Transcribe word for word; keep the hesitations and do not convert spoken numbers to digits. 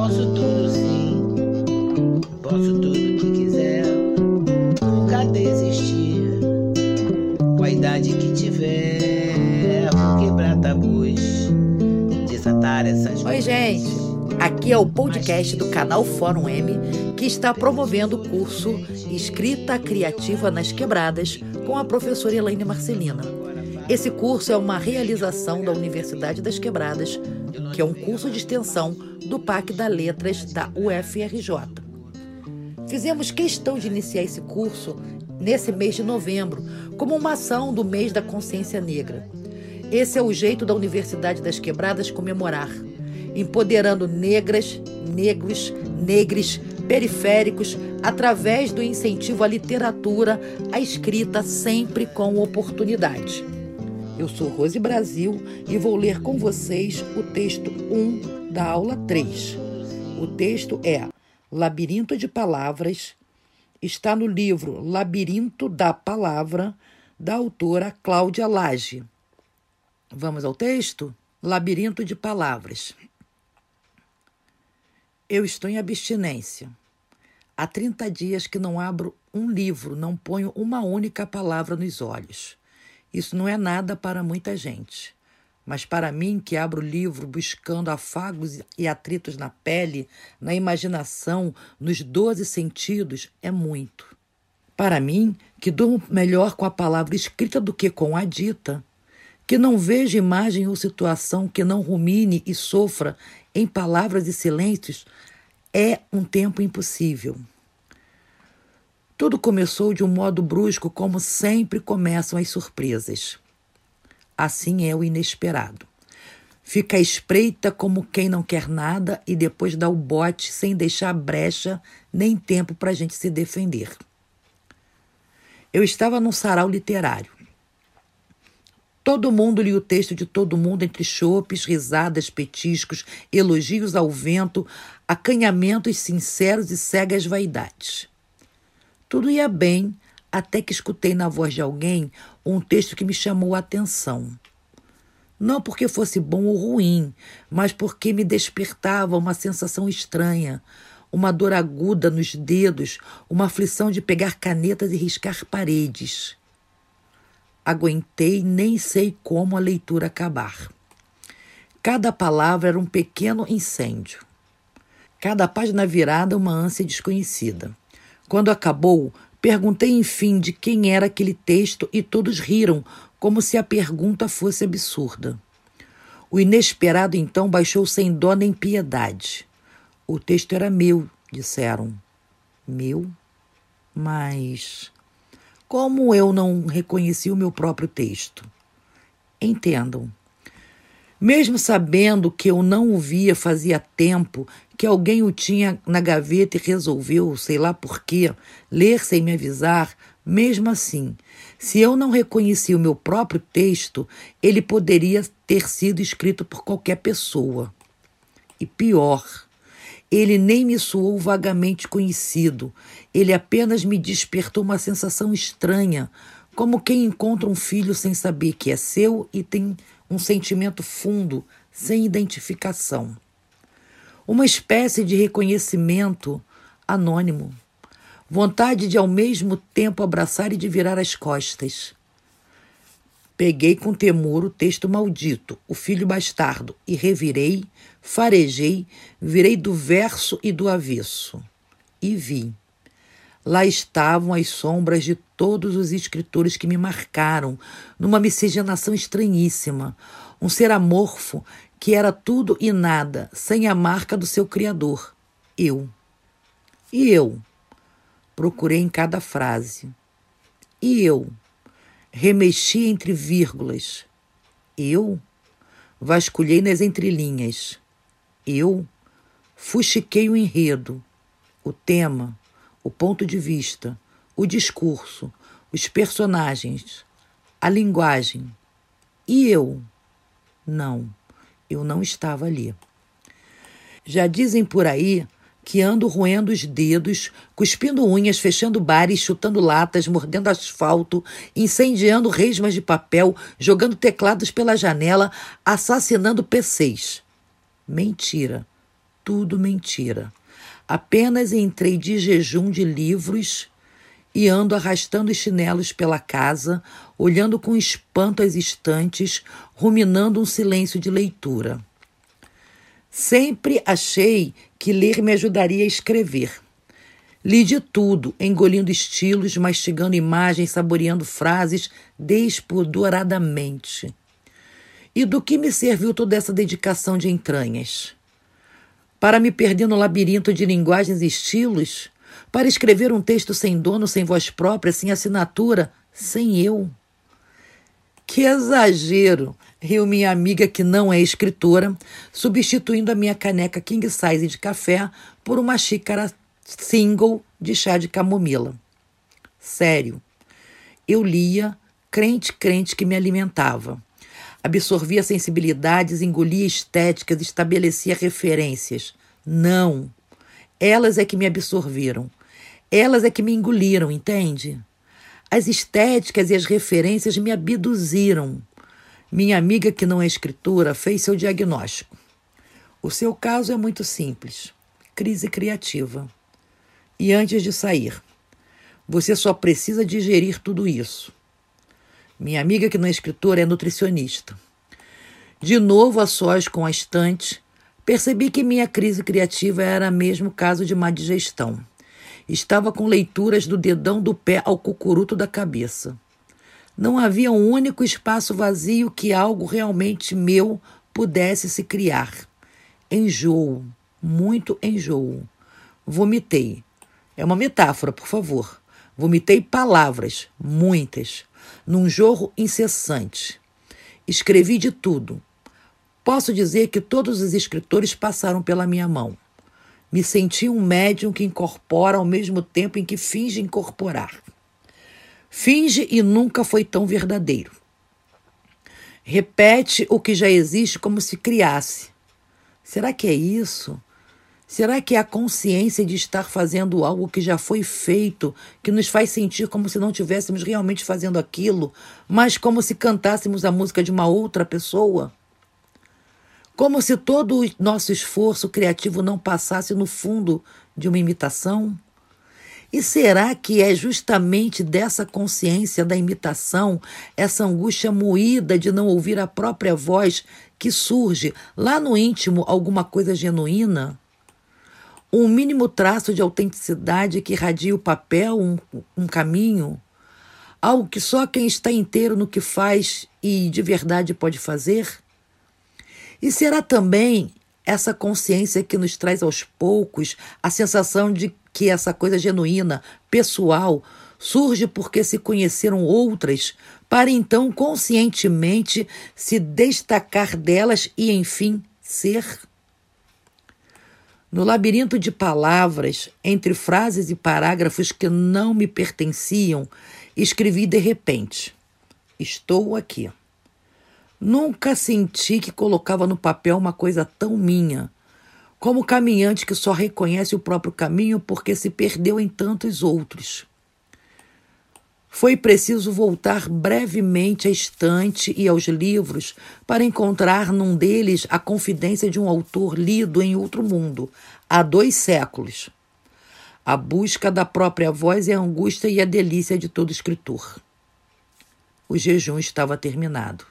posso tudo sim, posso tudo que quiser, nunca desistir, com a idade que tiver, vou quebrar tabus, desatar essas Oi, gente, aqui é o podcast do canal Fórum M, que está promovendo o curso Escrita Criativa nas Quebradas com a professora Elaine Marcelina. Esse curso é uma realização da Universidade das Quebradas, que é um curso de extensão do P A C da Letras da U F R J. Fizemos questão de iniciar esse curso nesse mês de novembro, como uma ação do mês da consciência negra. Esse é o jeito da Universidade das Quebradas comemorar, empoderando negras, negros, negres, periféricos, através do incentivo à literatura, à escrita, sempre com oportunidade. Eu sou Rose Brasil e vou ler com vocês o texto um da aula três. O texto é Labirinto de Palavras, está no livro Labirinto da Palavra, da autora Cláudia Lage. Vamos ao texto? Labirinto de Palavras. Eu estou em abstinência. Há trinta dias que não abro um livro, não ponho uma única palavra nos olhos. Isso não é nada para muita gente. Mas para mim, que abro o livro buscando afagos e atritos na pele, na imaginação, nos doze sentidos, é muito. Para mim, que durmo melhor com a palavra escrita do que com a dita, que não vejo imagem ou situação que não rumine e sofra em palavras e silêncios, é um tempo impossível. Tudo começou de um modo brusco, como sempre começam as surpresas. Assim é o inesperado. Fica à espreita como quem não quer nada e depois dá o bote sem deixar brecha nem tempo para a gente se defender. Eu estava num sarau literário. Todo mundo lia o texto de todo mundo entre chopes, risadas, petiscos, elogios ao vento, acanhamentos sinceros e cegas vaidades. Tudo ia bem, até que escutei na voz de alguém um texto que me chamou a atenção. Não porque fosse bom ou ruim, mas porque me despertava uma sensação estranha, uma dor aguda nos dedos, uma aflição de pegar canetas e riscar paredes. Aguentei, nem sei como a leitura acabar. Cada palavra era um pequeno incêndio. Cada página virada uma ânsia desconhecida. Quando acabou, perguntei enfim de quem era aquele texto e todos riram, como se a pergunta fosse absurda. O inesperado então baixou sem dó nem piedade. O texto era meu, disseram. Meu? Mas como eu não reconheci o meu próprio texto? Entendam. Mesmo sabendo que eu não o via fazia tempo, que alguém o tinha na gaveta e resolveu, sei lá por quê, ler sem me avisar, mesmo assim, se eu não reconheci o meu próprio texto, ele poderia ter sido escrito por qualquer pessoa. E pior, ele nem me soou vagamente conhecido, ele apenas me despertou uma sensação estranha, como quem encontra um filho sem saber que é seu e tem um sentimento fundo, sem identificação. Uma espécie de reconhecimento anônimo. Vontade de, ao mesmo tempo, abraçar e de virar as costas. Peguei com temor o texto maldito, o filho bastardo, e revirei, farejei, virei do verso e do avesso. E vi. Lá estavam as sombras de todos os escritores que me marcaram, numa miscigenação estranhíssima. Um ser amorfo que era tudo e nada, sem a marca do seu criador. Eu. E eu? Procurei em cada frase. E eu? Remexi entre vírgulas. Eu? Vasculhei nas entrelinhas. Eu? Fuxiquei o enredo, o tema, o ponto de vista, o discurso, os personagens, a linguagem. E eu? Não, eu não estava ali. Já dizem por aí que ando roendo os dedos, cuspindo unhas, fechando bares, chutando latas, mordendo asfalto, incendiando resmas de papel, jogando teclados pela janela, assassinando P Cs. Mentira. tudo mentira. Apenas entrei de jejum de livros e ando arrastando os chinelos pela casa, olhando com espanto as estantes, ruminando um silêncio de leitura. Sempre achei que ler me ajudaria a escrever. Li de tudo, engolindo estilos, mastigando imagens, saboreando frases despodoradamente. E do que me serviu toda essa dedicação de entranhas? Para me perder no labirinto de linguagens e estilos? Para escrever um texto sem dono, sem voz própria, sem assinatura, sem eu? Que exagero! Riu minha amiga que não é escritora, substituindo a minha caneca king size de café por uma xícara single de chá de camomila. Sério, eu lia, crente, crente que me alimentava. Absorvia sensibilidades, engolia estéticas, estabelecia referências. Não, elas é que me absorveram. Elas é que me engoliram, entende? As estéticas e as referências me abduziram. Minha amiga, que não é escritora, fez seu diagnóstico. O seu caso é muito simples. Crise criativa. E antes de sair, você só precisa digerir tudo isso. Minha amiga, que não é escritora, é nutricionista. De novo, a sós com a estante, percebi que minha crise criativa era mesmo caso de má digestão. Estava com leituras do dedão do pé ao cucuruto da cabeça. Não havia um único espaço vazio que algo realmente meu pudesse se criar. Enjoo, muito enjoo. Vomitei. É uma metáfora, por favor. Vomitei palavras, muitas, num jorro incessante. Escrevi de tudo. Posso dizer que todos os escritores passaram pela minha mão. Me senti um médium que incorpora ao mesmo tempo em que finge incorporar. Finge e nunca foi tão verdadeiro. Repete o que já existe como se criasse. Será que é isso? Será que é a consciência de estar fazendo algo que já foi feito, que nos faz sentir como se não estivéssemos realmente fazendo aquilo, mas como se cantássemos a música de uma outra pessoa? Como se todo o nosso esforço criativo não passasse no fundo de uma imitação? E será que é justamente dessa consciência da imitação, essa angústia moída de não ouvir a própria voz, que surge lá no íntimo alguma coisa genuína? Um mínimo traço de autenticidade que irradia o papel, um, um caminho? Algo que só quem está inteiro no que faz e de verdade pode fazer? E será também essa consciência que nos traz aos poucos a sensação de que essa coisa genuína, pessoal, surge porque se conheceram outras, para então conscientemente se destacar delas e, enfim, ser? No labirinto de palavras, entre frases e parágrafos que não me pertenciam, escrevi de repente: estou aqui. Nunca senti que colocava no papel uma coisa tão minha, como o caminhante que só reconhece o próprio caminho porque se perdeu em tantos outros. Foi preciso voltar brevemente à estante e aos livros para encontrar num deles a confidência de um autor lido em outro mundo, há dois séculos. A busca da própria voz é a angústia e a delícia de todo escritor. O jejum estava terminado.